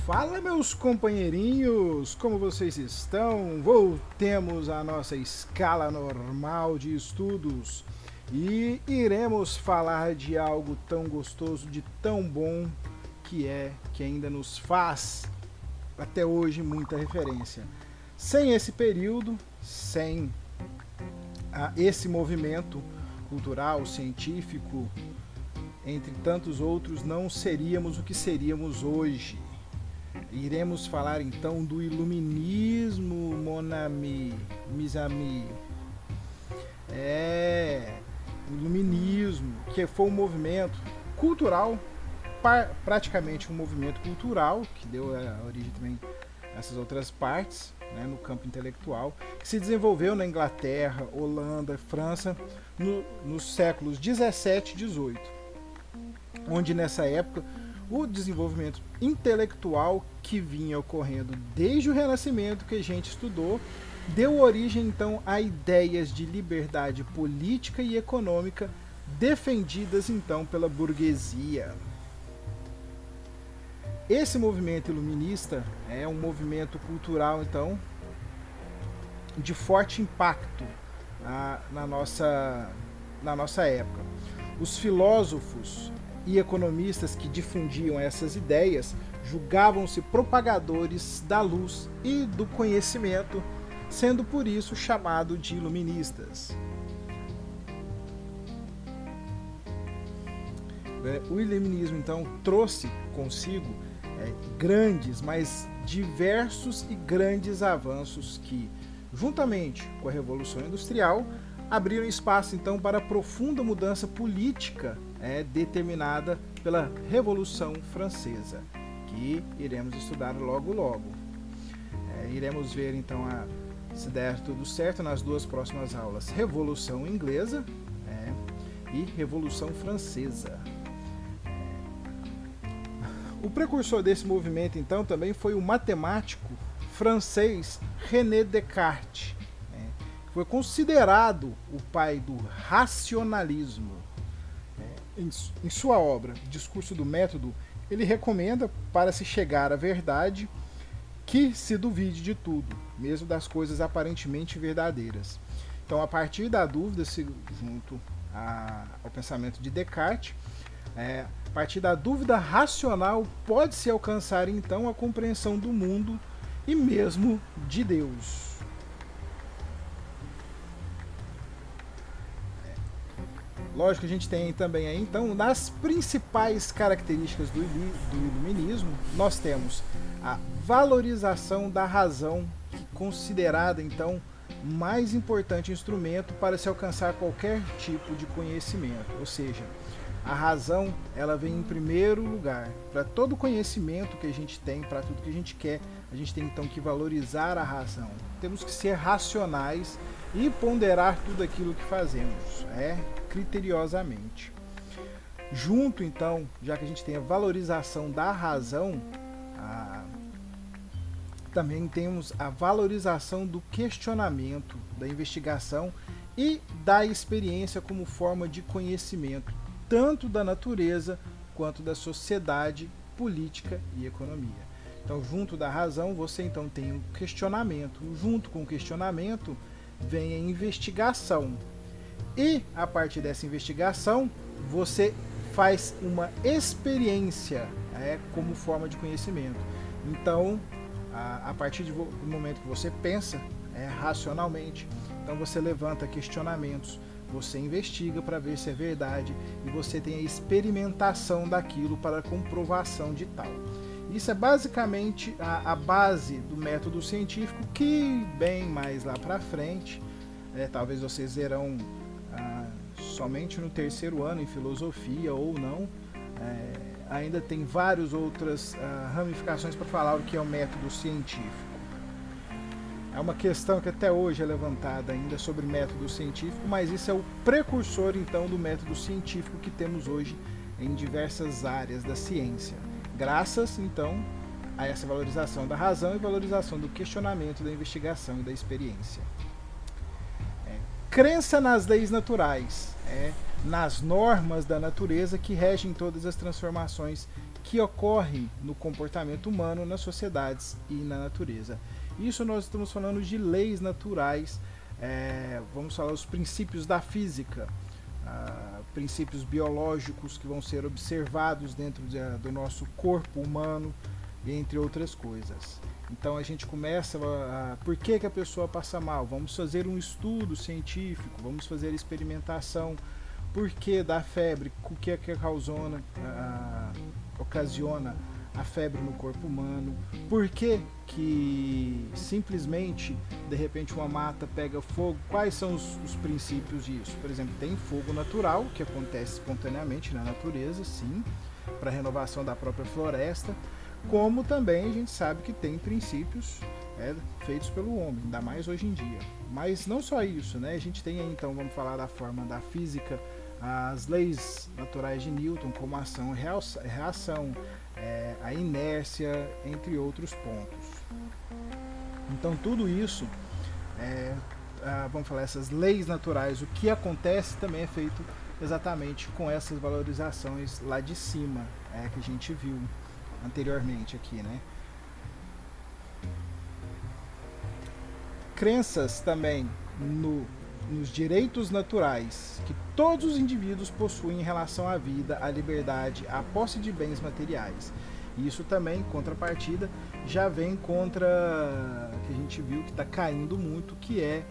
Fala, meus companheirinhos, como vocês estão? Voltemos à nossa escala normal de estudos e iremos falar de algo tão gostoso, de tão bom que ainda nos faz até hoje muita referência. Sem esse período, sem esse movimento cultural, científico, entre tantos outros, não seríamos o que seríamos hoje. Iremos falar então do iluminismo, mon ami, mes amis. O iluminismo, que foi um movimento cultural, praticamente um movimento cultural, que deu a origem também a essas outras partes, né, no campo intelectual, que se desenvolveu na Inglaterra, Holanda, França, nos séculos 17 e 18, onde nessa época o desenvolvimento intelectual que vinha ocorrendo desde o Renascimento, que a gente estudou, deu origem então a ideias de liberdade política e econômica defendidas então pela burguesia. Esse movimento iluminista é um movimento cultural então de forte impacto na nossa época. Os filósofos e economistas que difundiam essas ideias julgavam-se propagadores da luz e do conhecimento, sendo por isso chamado de iluministas. O iluminismo então trouxe consigo grandes, mas diversos e grandes avanços que, juntamente com a Revolução Industrial, abriram espaço então para a profunda mudança política determinada pela Revolução Francesa, que iremos estudar logo. Iremos ver então, se der tudo certo, nas duas próximas aulas, Revolução Inglesa e Revolução Francesa. O precursor desse movimento então também foi o matemático francês René Descartes, que foi considerado o pai do racionalismo. Em sua obra Discurso do Método, ele recomenda, para se chegar à verdade, que se duvide de tudo, mesmo das coisas aparentemente verdadeiras. Então, a partir da dúvida, junto ao pensamento de Descartes, a partir da dúvida racional, pode-se alcançar então a compreensão do mundo e mesmo de Deus. Lógico que a gente tem também aí, então, nas principais características do iluminismo, nós temos a valorização da razão, considerada então o mais importante instrumento para se alcançar qualquer tipo de conhecimento. Ou seja, a razão, ela vem em primeiro lugar. Para todo conhecimento que a gente tem, para tudo que a gente quer, a gente tem então que valorizar a razão. Temos que ser racionais e ponderar tudo aquilo que fazemos, criteriosamente. Junto então, já que a gente tem a valorização da razão, também temos a valorização do questionamento, da investigação e da experiência como forma de conhecimento, tanto da natureza quanto da sociedade, política e economia. Então, junto da razão, você então tem o questionamento. Junto com o questionamento vem a investigação. E, a partir dessa investigação, você faz uma experiência como forma de conhecimento. Então, a partir do momento que você pensa racionalmente, então você levanta questionamentos, você investiga para ver se é verdade e você tem a experimentação daquilo para a comprovação de tal. Isso é basicamente a base do método científico, que bem mais lá para frente, talvez vocês verão somente no terceiro ano em filosofia ou não, ainda tem várias outras ramificações para falar o que é o método científico. É uma questão que até hoje é levantada ainda sobre método científico, mas isso é o precursor então do método científico que temos hoje em diversas áreas da ciência, graças então a essa valorização da razão e valorização do questionamento, da investigação e da experiência. Crença nas leis naturais, nas normas da natureza que regem todas as transformações que ocorre no comportamento humano, nas sociedades e na natureza. Isso nós estamos falando de leis naturais, vamos falar os princípios da física, princípios biológicos que vão ser observados dentro do nosso corpo humano, entre outras coisas. Então a gente começa por que a pessoa passa mal? Vamos fazer um estudo científico, vamos fazer experimentação. Por que da febre? O que ocasiona a febre no corpo humano? Por que simplesmente, de repente, uma mata pega fogo? Quais são os princípios disso? Por exemplo, tem fogo natural, que acontece espontaneamente na natureza, sim, para a renovação da própria floresta, como também a gente sabe que tem princípios feitos pelo homem, ainda mais hoje em dia. Mas não só isso, né? A gente tem aí, então, vamos falar da forma da física, as leis naturais de Newton, como ação e reação, a inércia, entre outros pontos. Então tudo isso, vamos falar, essas leis naturais, o que acontece também é feito exatamente com essas valorizações lá de cima, que a gente viu anteriormente aqui, né? Crenças também nos direitos naturais que todos os indivíduos possuem em relação à vida, à liberdade, à posse de bens materiais. E isso também, em contrapartida, já vem contra que a gente viu que está caindo muito, que é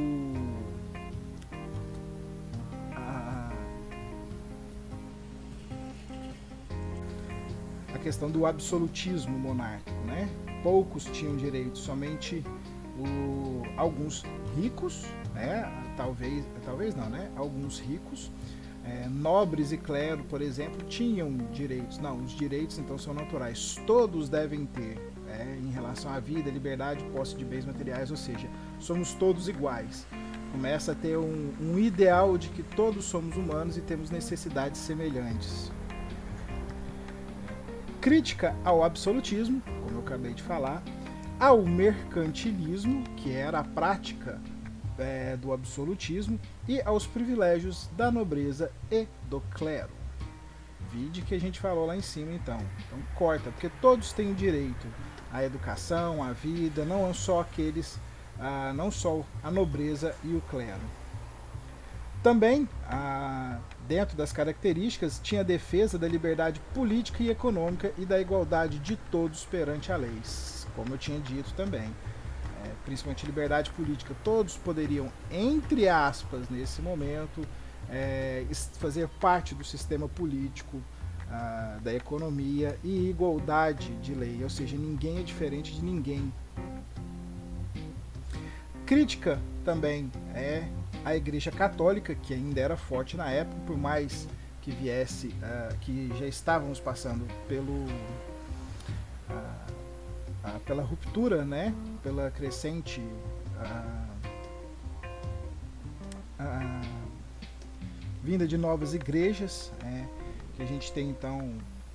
a questão do absolutismo monárquico, né? Poucos tinham direito, somente alguns ricos, né? Talvez não, né? Alguns ricos, nobres e clero, por exemplo, tinham direitos. Não, os direitos então são naturais, todos devem ter, em relação à vida, liberdade, posse de bens materiais, ou seja, somos todos iguais. Começa a ter um ideal de que todos somos humanos e temos necessidades semelhantes. Crítica ao absolutismo, como eu acabei de falar, ao mercantilismo, que era a prática do absolutismo, e aos privilégios da nobreza e do clero. Vide que a gente falou lá em cima, então corta, porque todos têm direito à educação, à vida, não só aqueles, não só a nobreza e o clero. Também, dentro das características, tinha a defesa da liberdade política e econômica e da igualdade de todos perante a lei, como eu tinha dito também. Principalmente liberdade política, todos poderiam, entre aspas, nesse momento, fazer parte do sistema político, da economia, e igualdade de lei, ou seja, ninguém é diferente de ninguém. Crítica também a Igreja Católica, que ainda era forte na época, por mais que viesse, que já estávamos passando pela ruptura, né? Pela crescente vinda de novas igrejas, que a gente tem então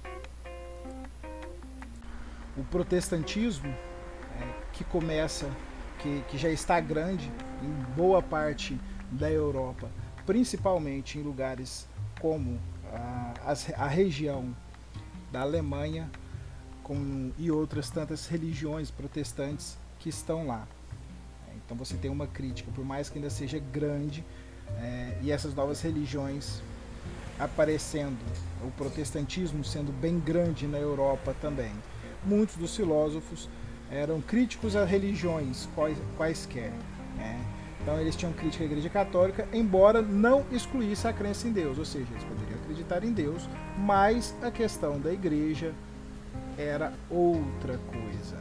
o protestantismo, que começa, que já está grande em boa parte da Europa, principalmente em lugares como a região da Alemanha, e outras tantas religiões protestantes que estão lá. Então você tem uma crítica, por mais que ainda seja grande, e essas novas religiões aparecendo, o protestantismo sendo bem grande na Europa também. Muitos dos filósofos eram críticos a religiões quaisquer, Então eles tinham crítica à Igreja Católica, embora não excluísse a crença em Deus, ou seja, eles poderiam acreditar em Deus, mas a questão da Igreja era outra coisa.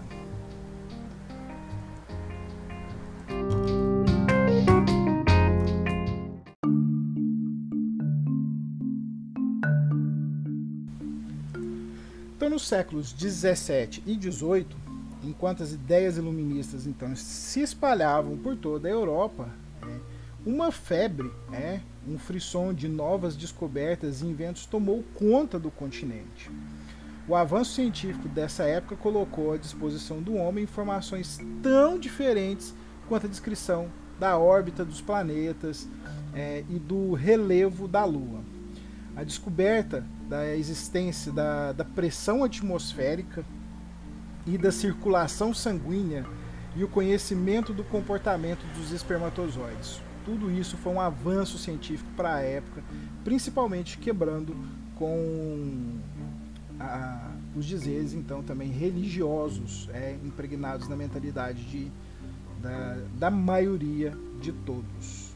Então, nos séculos 17 e 18, enquanto as ideias iluministas então se espalhavam por toda a Europa, uma febre, um frisson de novas descobertas e inventos tomou conta do continente. O avanço científico dessa época colocou à disposição do homem informações tão diferentes quanto a descrição da órbita dos planetas e do relevo da Lua. a descoberta da existência da pressão atmosférica e da circulação sanguínea e o conhecimento do comportamento dos espermatozoides. Tudo isso foi um avanço científico para a época, principalmente quebrando com os dizeres então também religiosos impregnados na mentalidade da maioria de todos.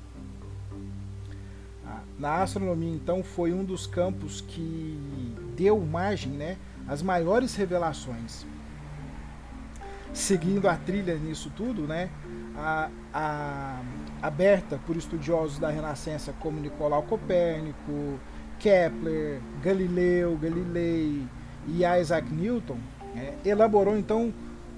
Na astronomia então foi um dos campos que deu margem, né, às maiores revelações. Seguindo a trilha nisso tudo, né, aberta por estudiosos da Renascença como Nicolau Copérnico, Kepler, Galilei e Isaac Newton, elaborou então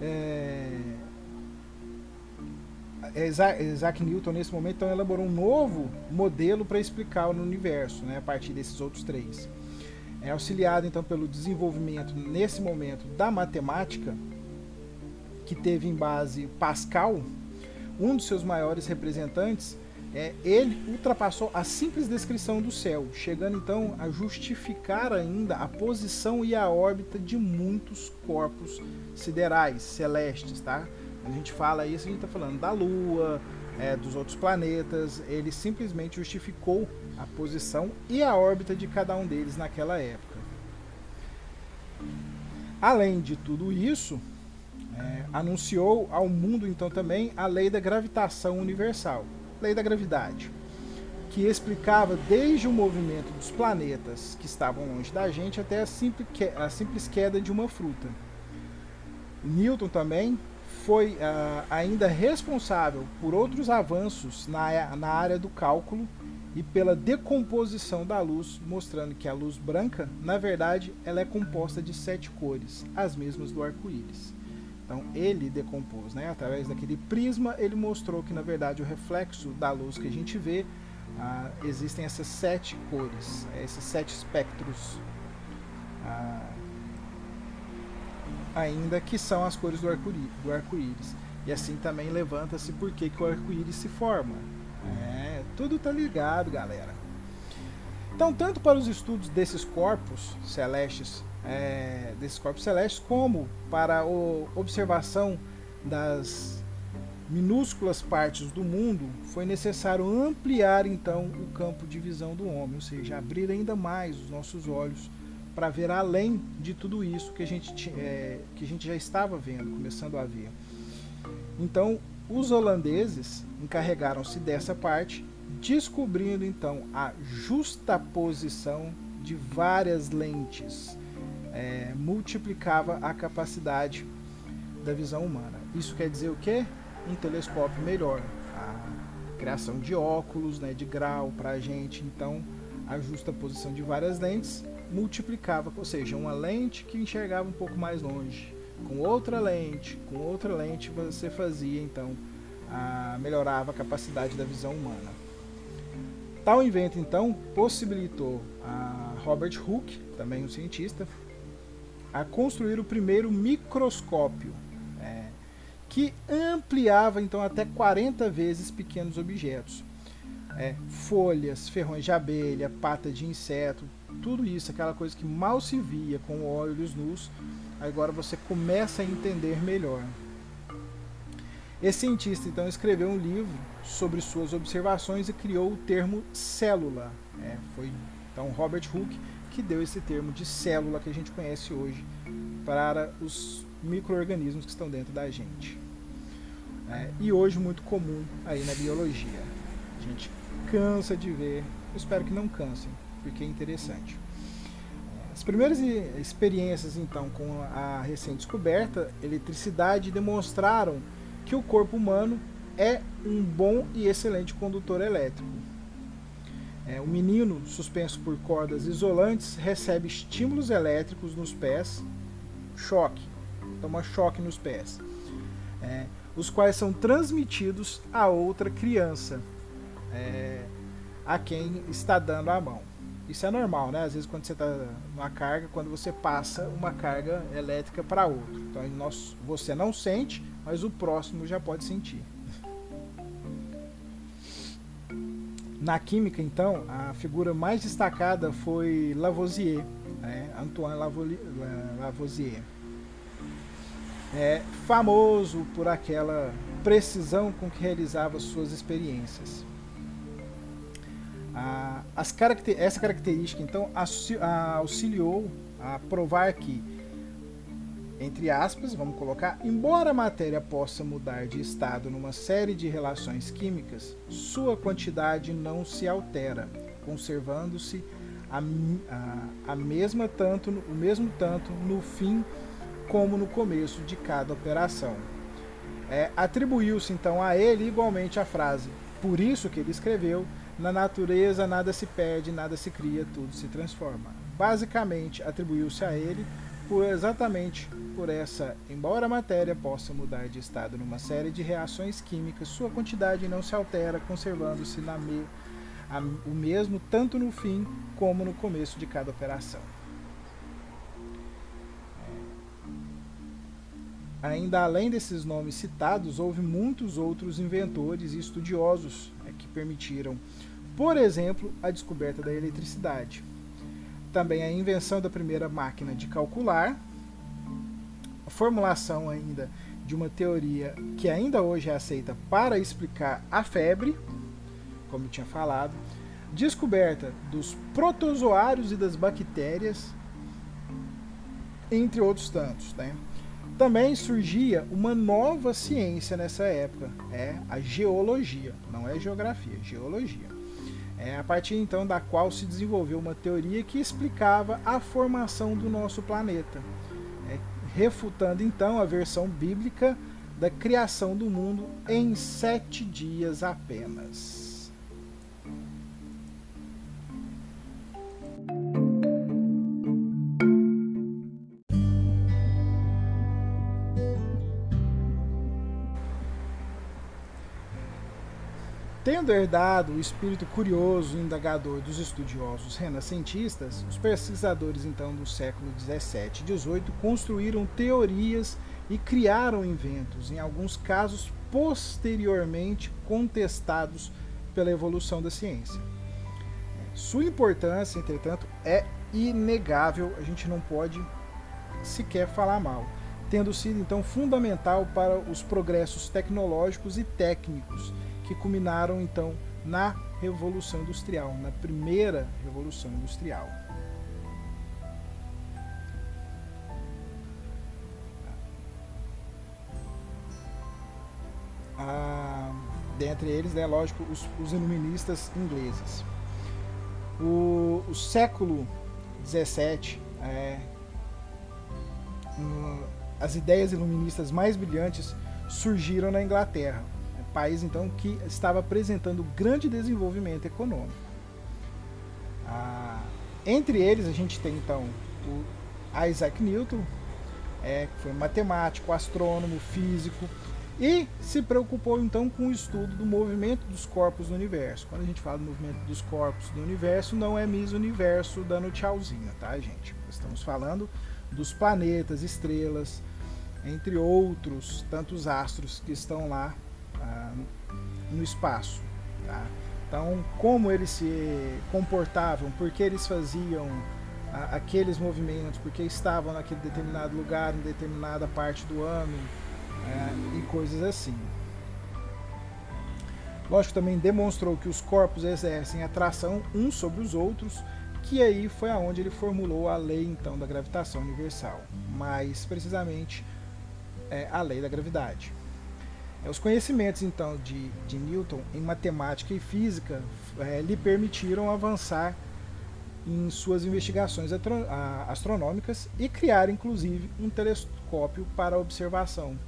Isaac Newton nesse momento então elaborou um novo modelo para explicar o universo, né, a partir desses outros três. Auxiliado então pelo desenvolvimento nesse momento da matemática, que teve em base Pascal, um dos seus maiores representantes, ele ultrapassou a simples descrição do céu, chegando então a justificar ainda a posição e a órbita de muitos corpos siderais, celestes, tá? A gente fala isso, a gente está falando da Lua, dos outros planetas. Ele simplesmente justificou a posição e a órbita de cada um deles naquela época. Além de tudo isso, anunciou ao mundo então também a lei da gravitação universal, lei da gravidade, que explicava desde o movimento dos planetas que estavam longe da gente até a simples queda de uma fruta. Newton também foi ainda responsável por outros avanços na área do cálculo e pela decomposição da luz, mostrando que a luz branca, na verdade, ela é composta de 7 cores, as mesmas do arco-íris. Então ele decompôs, né? Através daquele prisma, ele mostrou que na verdade o reflexo da luz que a gente vê, existem essas 7 cores, esses 7 espectros, ainda que são as cores do arco-íris. E assim também levanta-se por que o arco-íris se forma. Tudo tá ligado, galera. Então, tanto para os estudos desses corpos celestes, como para a observação das minúsculas partes do mundo, foi necessário ampliar então o campo de visão do homem, ou seja, abrir ainda mais os nossos olhos para ver além de tudo isso que a gente já estava vendo, começando a ver. Então, os holandeses encarregaram-se dessa parte, descobrindo então a justaposição de várias lentes. Multiplicava a capacidade da visão humana. Isso quer dizer o quê? Um telescópio melhor, a criação de óculos, né, de grau para a gente. Então, a justaposição de várias lentes multiplicava, ou seja, uma lente que enxergava um pouco mais longe, com outra lente você fazia então, melhorava a capacidade da visão humana. Tal invento então possibilitou a Robert Hooke, também um cientista, a construir o primeiro microscópio, que ampliava então até 40 vezes pequenos objetos. Folhas, ferrões de abelha, pata de inseto, tudo isso, aquela coisa que mal se via com olhos nus, agora você começa a entender melhor. Esse cientista então escreveu um livro sobre suas observações e criou o termo célula. Foi então Robert Hooke que deu esse termo de célula que a gente conhece hoje para os micro-organismos que estão dentro da gente. E hoje muito comum aí na biologia. A gente cansa de ver, eu espero que não cansem, porque é interessante. As primeiras experiências então com a recém-descoberta eletricidade demonstraram que o corpo humano é um bom e excelente condutor elétrico. O menino, suspenso por cordas isolantes, recebe estímulos elétricos nos pés, toma choque nos pés, os quais são transmitidos a outra criança, a quem está dando a mão. Isso é normal, né? Às vezes quando você está numa carga, quando você passa uma carga elétrica para outro. Então você não sente, mas o próximo já pode sentir. Na química, então, a figura mais destacada foi Lavoisier, né? Antoine Lavoisier. É famoso por aquela precisão com que realizava suas experiências. Essa característica, então, auxiliou a provar que, entre aspas, vamos colocar, embora a matéria possa mudar de estado numa série de relações químicas, sua quantidade não se altera, conservando-se o mesmo tanto no fim como no começo de cada operação. Atribuiu-se então a ele igualmente a frase, por isso que ele escreveu, na natureza nada se perde, nada se cria, tudo se transforma. Basicamente, atribuiu-se a ele exatamente por essa, embora a matéria possa mudar de estado numa série de reações químicas, sua quantidade não se altera, conservando-se o mesmo tanto no fim como no começo de cada operação. Ainda além desses nomes citados, houve muitos outros inventores e estudiosos que permitiram, por exemplo, a descoberta da eletricidade. Também a invenção da primeira máquina de calcular, a formulação ainda de uma teoria que ainda hoje é aceita para explicar a febre, como eu tinha falado, descoberta dos protozoários e das bactérias, entre outros tantos, né? Também surgia uma nova ciência nessa época, a geologia, não é geografia, geologia. A partir então da qual se desenvolveu uma teoria que explicava a formação do nosso planeta, refutando então a versão bíblica da criação do mundo em 7 dias apenas. Tendo herdado o espírito curioso e indagador dos estudiosos renascentistas, os pesquisadores então do século XVII e XVIII construíram teorias e criaram inventos, em alguns casos posteriormente contestados pela evolução da ciência. Sua importância, entretanto, é inegável, a gente não pode sequer falar mal, tendo sido então fundamental para os progressos tecnológicos e técnicos que culminaram então na Revolução Industrial, na primeira Revolução Industrial. Dentre eles, lógico, os iluministas ingleses. O século XVII, as ideias iluministas mais brilhantes surgiram na Inglaterra, país então que estava apresentando grande desenvolvimento econômico. Entre eles a gente tem então o Isaac Newton, que foi matemático, astrônomo, físico, e se preocupou então com o estudo do movimento dos corpos do universo. Quando a gente fala do movimento dos corpos do universo, não é Miss Universo dando tchauzinho, tá, gente? Estamos falando dos planetas, estrelas, entre outros tantos astros que estão lá no espaço, tá? Então, como eles se comportavam, por que eles faziam aqueles movimentos, porque estavam naquele determinado lugar, em determinada parte do ano, e coisas assim. Lógico, também demonstrou que os corpos exercem atração uns sobre os outros, que aí foi aonde ele formulou a lei então da gravitação universal, mais precisamente a lei da gravidade. Os conhecimentos então de Newton em matemática e física lhe permitiram avançar em suas investigações astronômicas e criar inclusive um telescópio para observação.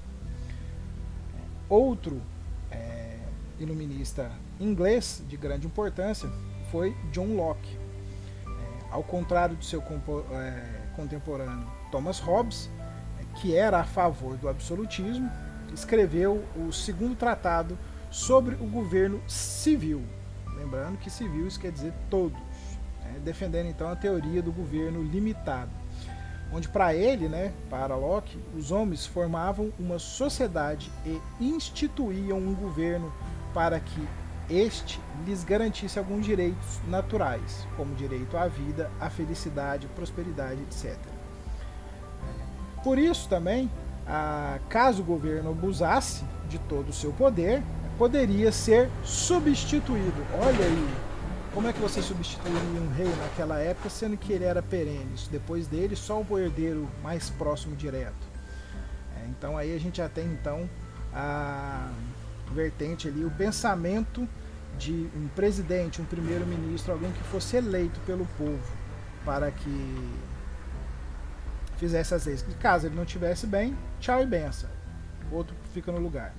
Outro iluminista inglês de grande importância foi John Locke. Ao contrário de seu contemporâneo Thomas Hobbes, que era a favor do absolutismo, escreveu o segundo tratado sobre o governo civil. Lembrando que civil isso quer dizer todos, defendendo então a teoria do governo limitado, onde para ele, para Locke, os homens formavam uma sociedade e instituíam um governo para que este lhes garantisse alguns direitos naturais, como direito à vida, à felicidade, prosperidade, etc. Por isso também, caso o governo abusasse de todo o seu poder, poderia ser substituído. Olha aí, como é que você substituiria um rei naquela época, sendo que ele era perene? Depois dele, só o herdeiro mais próximo direto. Então aí a gente já tem então a vertente ali, o pensamento de um presidente, um primeiro-ministro, alguém que fosse eleito pelo povo para que fizesse as leis. Caso ele não estivesse bem, tchau e benção. Outro fica no lugar.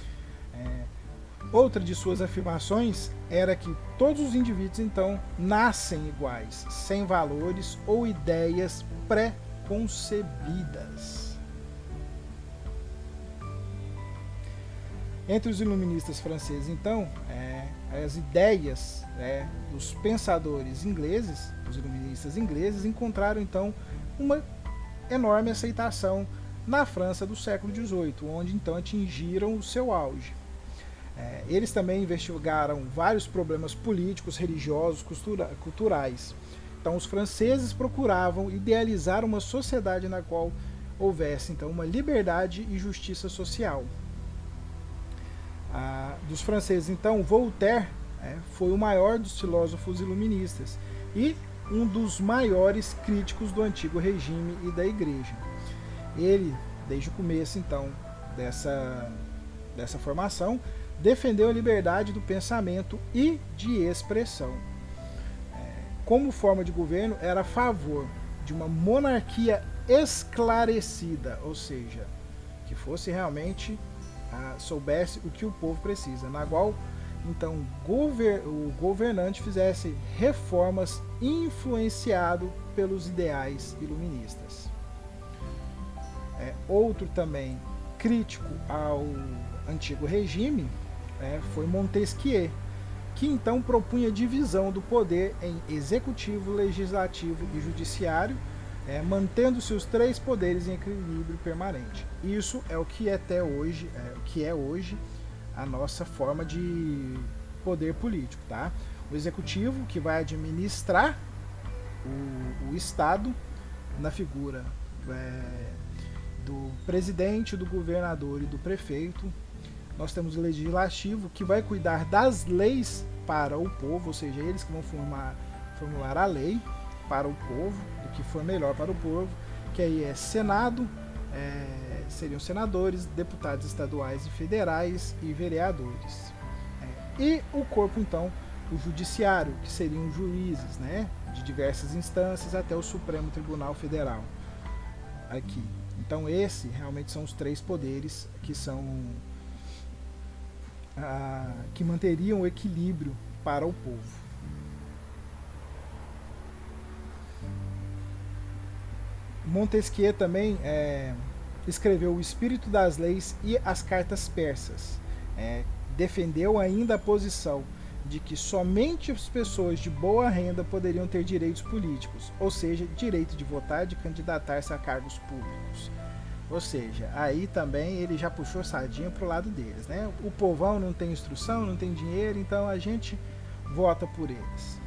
Outra de suas afirmações era que todos os indivíduos então nascem iguais, sem valores ou ideias pré-concebidas. Entre os iluministas franceses, então, as ideias dos pensadores ingleses, os iluministas ingleses, encontraram então uma enorme aceitação na França do século XVIII, onde então atingiram o seu auge. Eles também investigaram vários problemas políticos, religiosos, culturais. Então, os franceses procuravam idealizar uma sociedade na qual houvesse então uma liberdade e justiça social. Dos franceses, então, Voltaire foi o maior dos filósofos iluministas e um dos maiores críticos do antigo regime e da Igreja. Ele, desde o começo, então, dessa formação, defendeu a liberdade do pensamento e de expressão. Como forma de governo, era a favor de uma monarquia esclarecida, ou seja, que fosse realmente soubesse o que o povo precisa, na qual então o governante fizesse reformas influenciado pelos ideais iluministas. Outro também crítico ao antigo regime foi Montesquieu, que então propunha divisão do poder em executivo, legislativo e judiciário, mantendo-se os três poderes em equilíbrio permanente. Isso é o que até hoje, hoje a nossa forma de poder político, tá? O executivo, que vai administrar o Estado na figura do presidente, do governador e do prefeito. Nós temos o legislativo, que vai cuidar das leis para o povo, ou seja, eles que vão formular a lei para o povo, o que for melhor para o povo, que aí é Senado, seriam senadores, deputados estaduais e federais e vereadores. E o corpo, então, o judiciário, que seriam juízes, de diversas instâncias até o Supremo Tribunal Federal. Aqui. Então, esses realmente são os três poderes que que manteriam o equilíbrio para o povo. Montesquieu também escreveu O Espírito das Leis e as Cartas Persas. Defendeu ainda a posição de que somente as pessoas de boa renda poderiam ter direitos políticos, ou seja, direito de votar e de candidatar-se a cargos públicos. Ou seja, aí também ele já puxou sardinha pro lado deles, O povão não tem instrução, não tem dinheiro, então a gente vota por eles.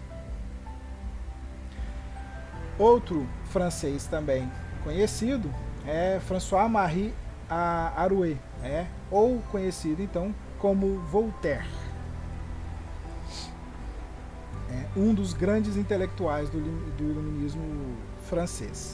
Outro francês também conhecido é François-Marie Arouet, ou conhecido então como Voltaire. Um dos grandes intelectuais do iluminismo francês.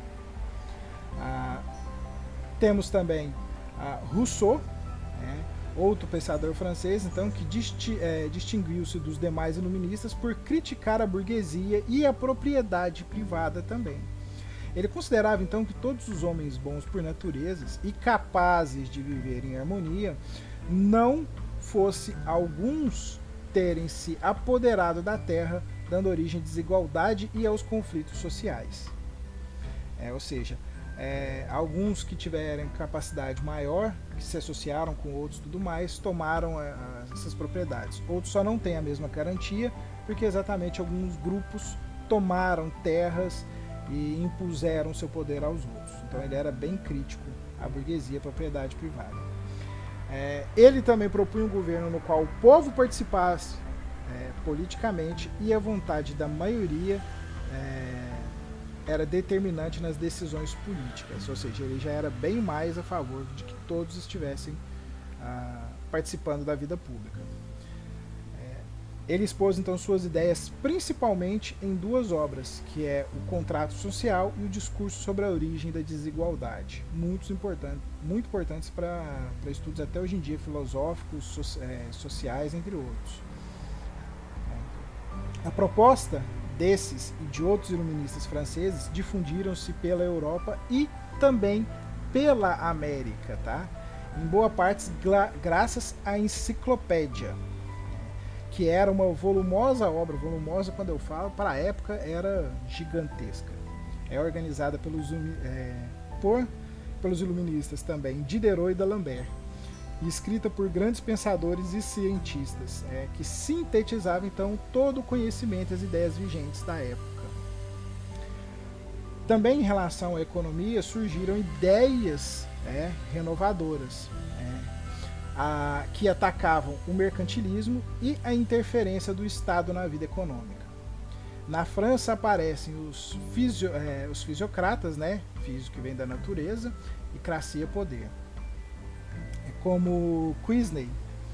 Temos também Rousseau, outro pensador francês, então, que distinguiu-se dos demais iluministas por criticar a burguesia e a propriedade privada também. Ele considerava então que todos os homens bons por natureza e capazes de viver em harmonia, não fosse alguns terem se apoderado da terra, dando origem à desigualdade e aos conflitos sociais. Ou seja, alguns que tiverem capacidade maior, que se associaram com outros e tudo mais, tomaram essas propriedades. Outros só não têm a mesma garantia, porque exatamente alguns grupos tomaram terras e impuseram seu poder aos outros. Então ele era bem crítico à burguesia e à propriedade privada. Ele também propunha um governo no qual o povo participasse politicamente e a vontade da maioria era determinante nas decisões políticas, ou seja, ele já era bem mais a favor de que todos estivessem participando da vida pública. Ele expôs então suas ideias principalmente em duas obras, que é O Contrato Social e O Discurso sobre a Origem da Desigualdade, muito importantes para estudos até hoje em dia, filosóficos, sociais, entre outros. A proposta desses e de outros iluministas franceses difundiram-se pela Europa e também pela América, tá? Em boa parte graças à Enciclopédia, que era uma volumosa obra, volumosa quando eu falo, para a época era gigantesca. É organizada pelos iluministas também, Diderot e d'Alembert, e escrita por grandes pensadores e cientistas, que sintetizavam então todo o conhecimento e as ideias vigentes da época. Também em relação à economia surgiram ideias renovadoras, que atacavam o mercantilismo e a interferência do Estado na vida econômica. Na França aparecem os fisiocratas, físico que vem da natureza, e cracia poder, como Quesnay,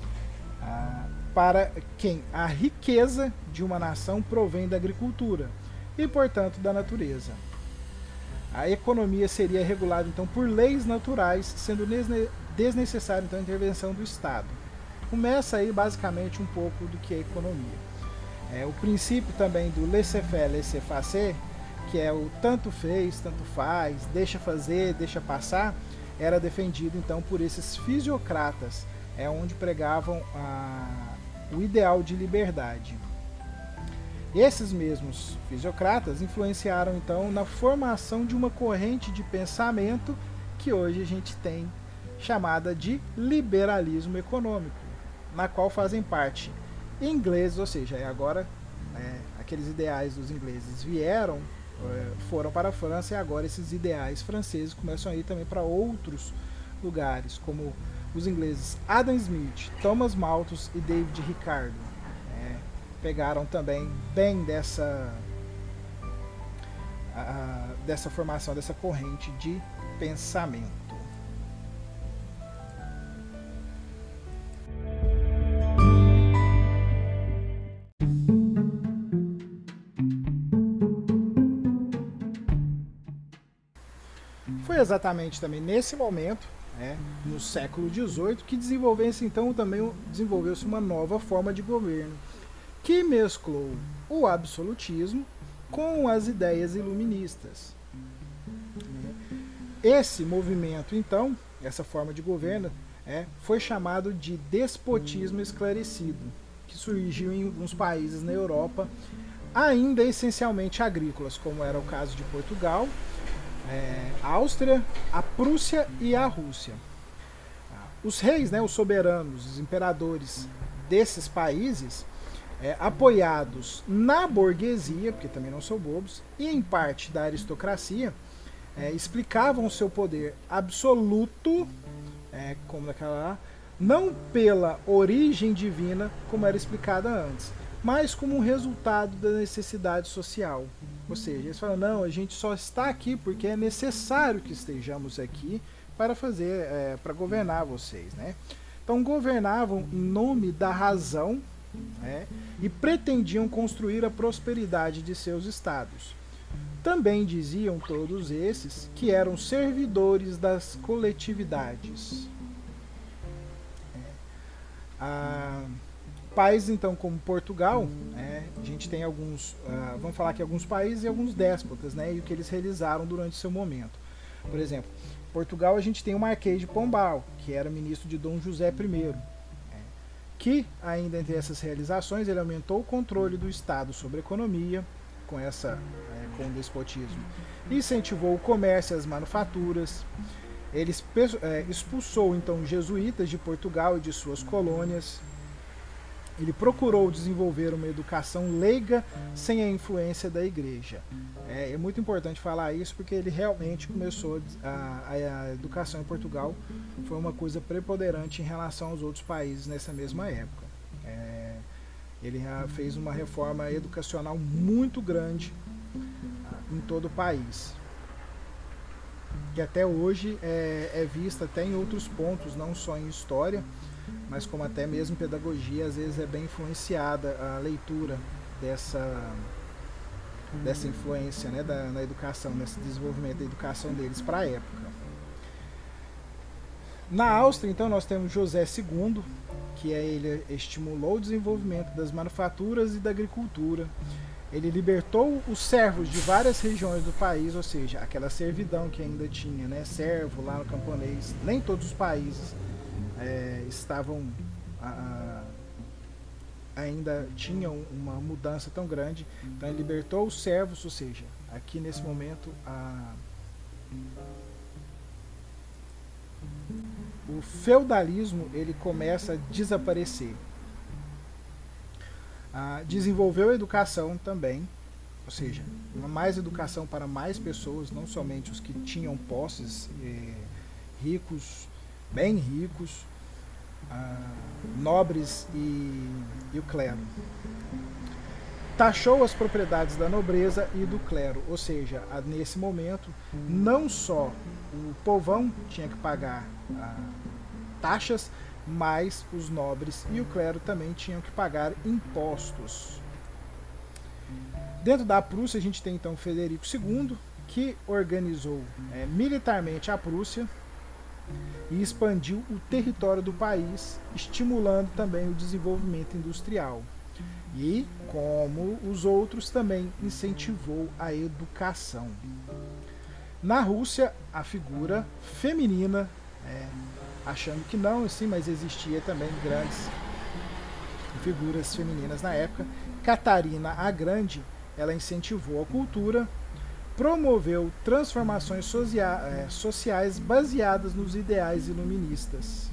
para quem a riqueza de uma nação provém da agricultura e, portanto, da natureza. A economia seria regulada então por leis naturais, sendo desnecessária então a intervenção do Estado. Começa aí basicamente um pouco do que é economia. O princípio também do laissez-faire, laissez-passer, que é o tanto fez, tanto faz, deixa fazer, deixa passar, era defendido então por esses fisiocratas, onde pregavam o ideal de liberdade. Esses mesmos fisiocratas influenciaram então na formação de uma corrente de pensamento que hoje a gente tem chamada de liberalismo econômico, na qual fazem parte ingleses, ou seja, agora aqueles ideais dos ingleses foram para a França, e agora esses ideais franceses começam a ir também para outros lugares, como os ingleses Adam Smith, Thomas Malthus e David Ricardo. Pegaram também bem dessa formação, dessa corrente de pensamento. Foi exatamente também nesse momento, no século XVIII, que desenvolveu-se uma nova forma de governo, que mesclou o absolutismo com as ideias iluministas. Esse movimento, então, essa forma de governo, foi chamado de despotismo esclarecido, que surgiu em alguns países na Europa, ainda essencialmente agrícolas, como era o caso de Portugal, a Áustria, a Prússia e a Rússia. Os reis, os soberanos, os imperadores desses países, apoiados na burguesia, porque também não são bobos, e em parte da aristocracia, explicavam o seu poder absoluto, como daquela lá, não pela origem divina, como era explicada antes, mas como um resultado da necessidade social. Ou seja, eles falam, não, a gente só está aqui porque é necessário que estejamos aqui para para governar vocês, Então governavam em nome da razão, e pretendiam construir a prosperidade de seus estados. Também diziam todos esses que eram servidores das coletividades. Países então como Portugal, a gente tem alguns, vamos falar aqui alguns países e alguns déspotas, e o que eles realizaram durante seu momento. Por exemplo, Portugal a gente tem o Marquês de Pombal, que era ministro de Dom José I, que ainda entre essas realizações ele aumentou o controle do Estado sobre a economia com o despotismo, incentivou o comércio e as manufaturas, ele expulsou então os jesuítas de Portugal e de suas colônias, Ele procurou desenvolver uma educação leiga sem a influência da igreja. É muito importante falar isso porque ele realmente começou a educação em Portugal foi uma coisa preponderante em relação aos outros países nessa mesma época. Ele fez uma reforma educacional muito grande em todo o país, que até hoje é vista até em outros pontos, não só em história, mas como até mesmo pedagogia, às vezes é bem influenciada a leitura dessa influência, né, na educação, nesse desenvolvimento da educação deles para a época. Na Áustria, então, nós temos José II, que ele estimulou o desenvolvimento das manufaturas e da agricultura. Ele libertou os servos de várias regiões do país, ou seja, aquela servidão que ainda tinha, né, servo lá no camponês. Nem todos os países estavam ainda tinham uma mudança tão grande. Então ele libertou os servos, ou seja, aqui nesse momento o feudalismo ele começa a desaparecer. Desenvolveu a educação também, ou seja, mais educação para mais pessoas, não somente os que tinham posses, ricos, bem ricos, nobres e o clero. Taxou as propriedades da nobreza e do clero, ou seja, nesse momento não só o povão tinha que pagar taxas, mas os nobres e o clero também tinham que pagar impostos. Dentro da Prússia a gente tem então Frederico II, que organizou militarmente a Prússia e expandiu o território do país, estimulando também o desenvolvimento industrial. E, como os outros, também incentivou a educação. Na Rússia, a figura feminina, achando que não, sim, mas existia também grandes figuras femininas na época. Catarina a Grande, ela incentivou a cultura, promoveu transformações sociais baseadas nos ideais iluministas.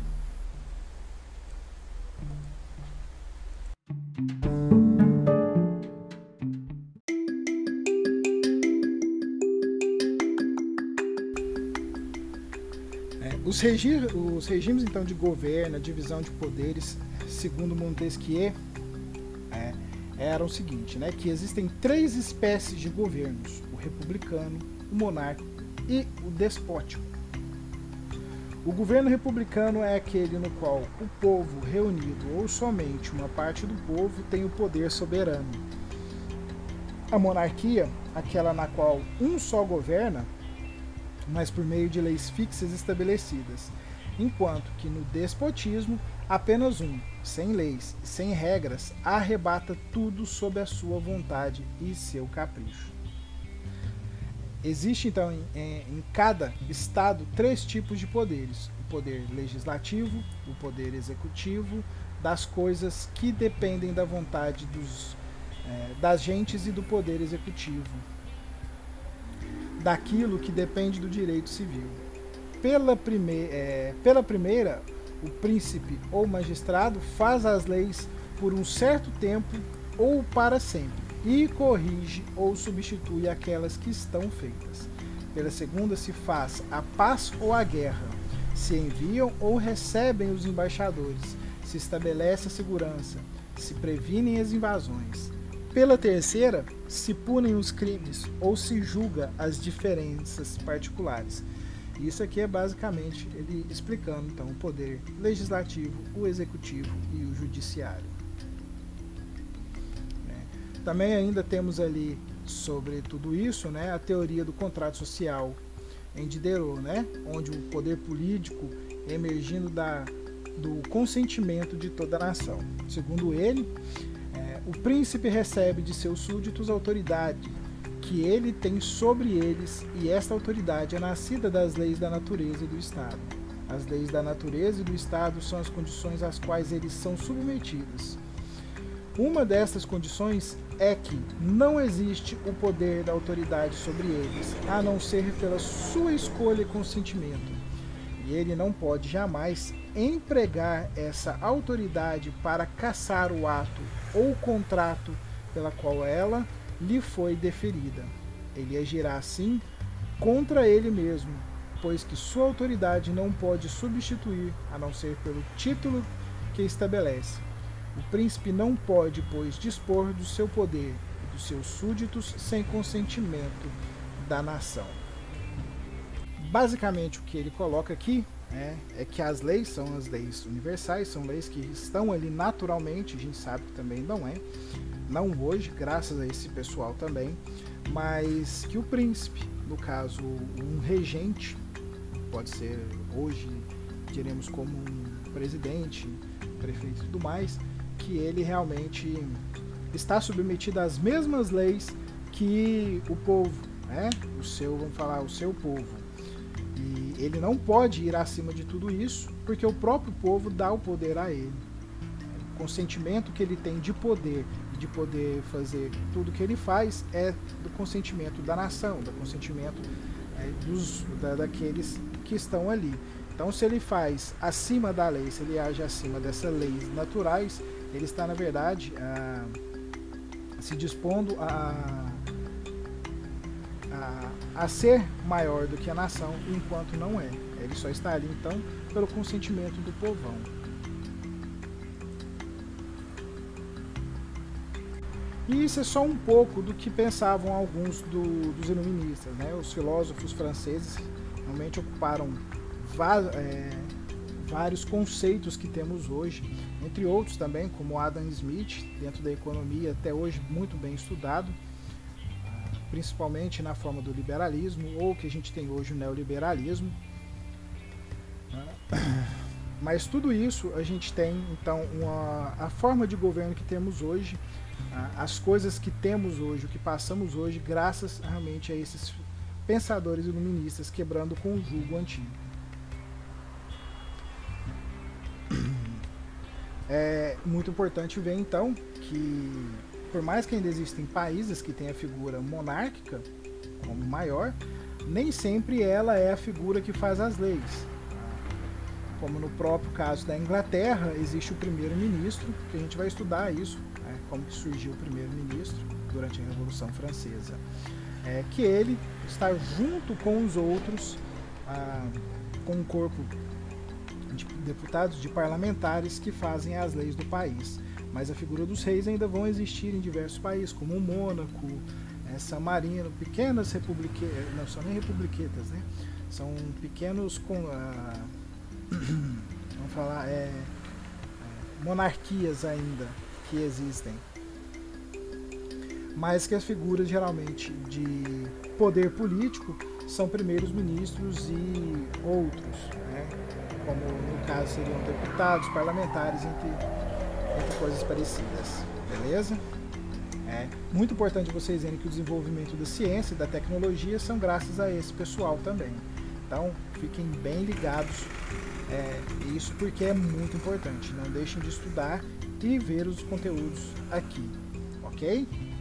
Os regimes então de governo, a divisão de poderes, segundo Montesquieu, eram o seguinte, né, que existem 3 espécies de governos: o republicano, o monárquico e o despótico. O governo republicano é aquele no qual o povo reunido ou somente uma parte do povo tem o poder soberano. A monarquia, aquela na qual um só governa, mas por meio de leis fixas estabelecidas, enquanto que no despotismo apenas um, sem leis, sem regras, arrebata tudo sob a sua vontade e seu capricho. Existe então em cada estado 3 tipos de poderes: o poder legislativo, o poder executivo, das coisas que dependem da vontade das gentes, e do poder executivo, daquilo que depende do direito civil. Pela primeira, o príncipe ou magistrado faz as leis por um certo tempo ou para sempre, e corrige ou substitui aquelas que estão feitas. Pela segunda, se faz a paz ou a guerra, se enviam ou recebem os embaixadores, se estabelece a segurança, se previnem as invasões. Pela terceira, se punem os crimes ou se julga as diferenças particulares. Isso aqui é basicamente ele explicando então o poder legislativo, o executivo e o judiciário. Também ainda temos ali sobre tudo isso, né, a teoria do contrato social em Diderot, né, onde o poder político emergindo do consentimento de toda a nação. Segundo ele, o príncipe recebe de seus súditos autoridade que ele tem sobre eles, e esta autoridade é nascida das leis da natureza e do Estado. As leis da natureza e do Estado são as condições às quais eles são submetidos. Uma dessas condições é que não existe o poder da autoridade sobre eles, a não ser pela sua escolha e consentimento, e ele não pode jamais empregar essa autoridade para cassar o ato ou contrato pela qual ela lhe foi deferida. Ele agirá assim contra ele mesmo, pois que sua autoridade não pode substituir, a não ser pelo título que estabelece. O príncipe não pode, pois, dispor do seu poder e dos seus súditos sem consentimento da nação. Basicamente, o que ele coloca aqui é que as leis são as leis universais, são leis que estão ali naturalmente, a gente sabe que também não hoje, graças a esse pessoal também, mas que o príncipe, no caso um regente, pode ser hoje, diremos como um presidente, prefeito e tudo mais, que ele realmente está submetido às mesmas leis que o povo, o seu povo. E ele não pode ir acima de tudo isso, porque o próprio povo dá o poder a ele. O consentimento que ele tem de poder fazer tudo que ele faz é do consentimento da nação, do consentimento daqueles que estão ali. Então, se ele faz acima da lei, se ele age acima dessas leis naturais, ele está, na verdade, se dispondo a ser maior do que a nação, enquanto não é. Ele só está ali, então, pelo consentimento do povão. E isso é só um pouco do que pensavam alguns dos iluministas, né? Os filósofos franceses realmente ocuparam vários conceitos que temos hoje, entre outros também, como Adam Smith, dentro da economia, até hoje muito bem estudado, principalmente na forma do liberalismo, ou que a gente tem hoje o neoliberalismo. Mas tudo isso a gente tem, então, a forma de governo que temos hoje, as coisas que temos hoje, o que passamos hoje, graças realmente a esses pensadores iluministas quebrando com o jugo antigo. É muito importante ver, então, que por mais que ainda existem países que têm a figura monárquica como maior, nem sempre ela é a figura que faz as leis. Como no próprio caso da Inglaterra, existe o primeiro-ministro, que a gente vai estudar isso, como que surgiu o primeiro-ministro durante a Revolução Francesa. Que ele está junto com os outros, com um corpo de deputados, de parlamentares que fazem as leis do país. Mas a figura dos reis ainda vão existir em diversos países, como o Mônaco, San Marino, pequenas republiquetas, não são nem republiquetas, né? São pequenos, vamos falar, monarquias ainda que existem. Mas que as figuras geralmente de poder político são primeiros ministros e outros, né? Como no caso seriam deputados, parlamentares, entre coisas parecidas, beleza? É muito importante vocês verem que o desenvolvimento da ciência e da tecnologia são graças a esse pessoal também. Então, fiquem bem ligados, isso porque é muito importante. Não deixem de estudar e ver os conteúdos aqui, ok?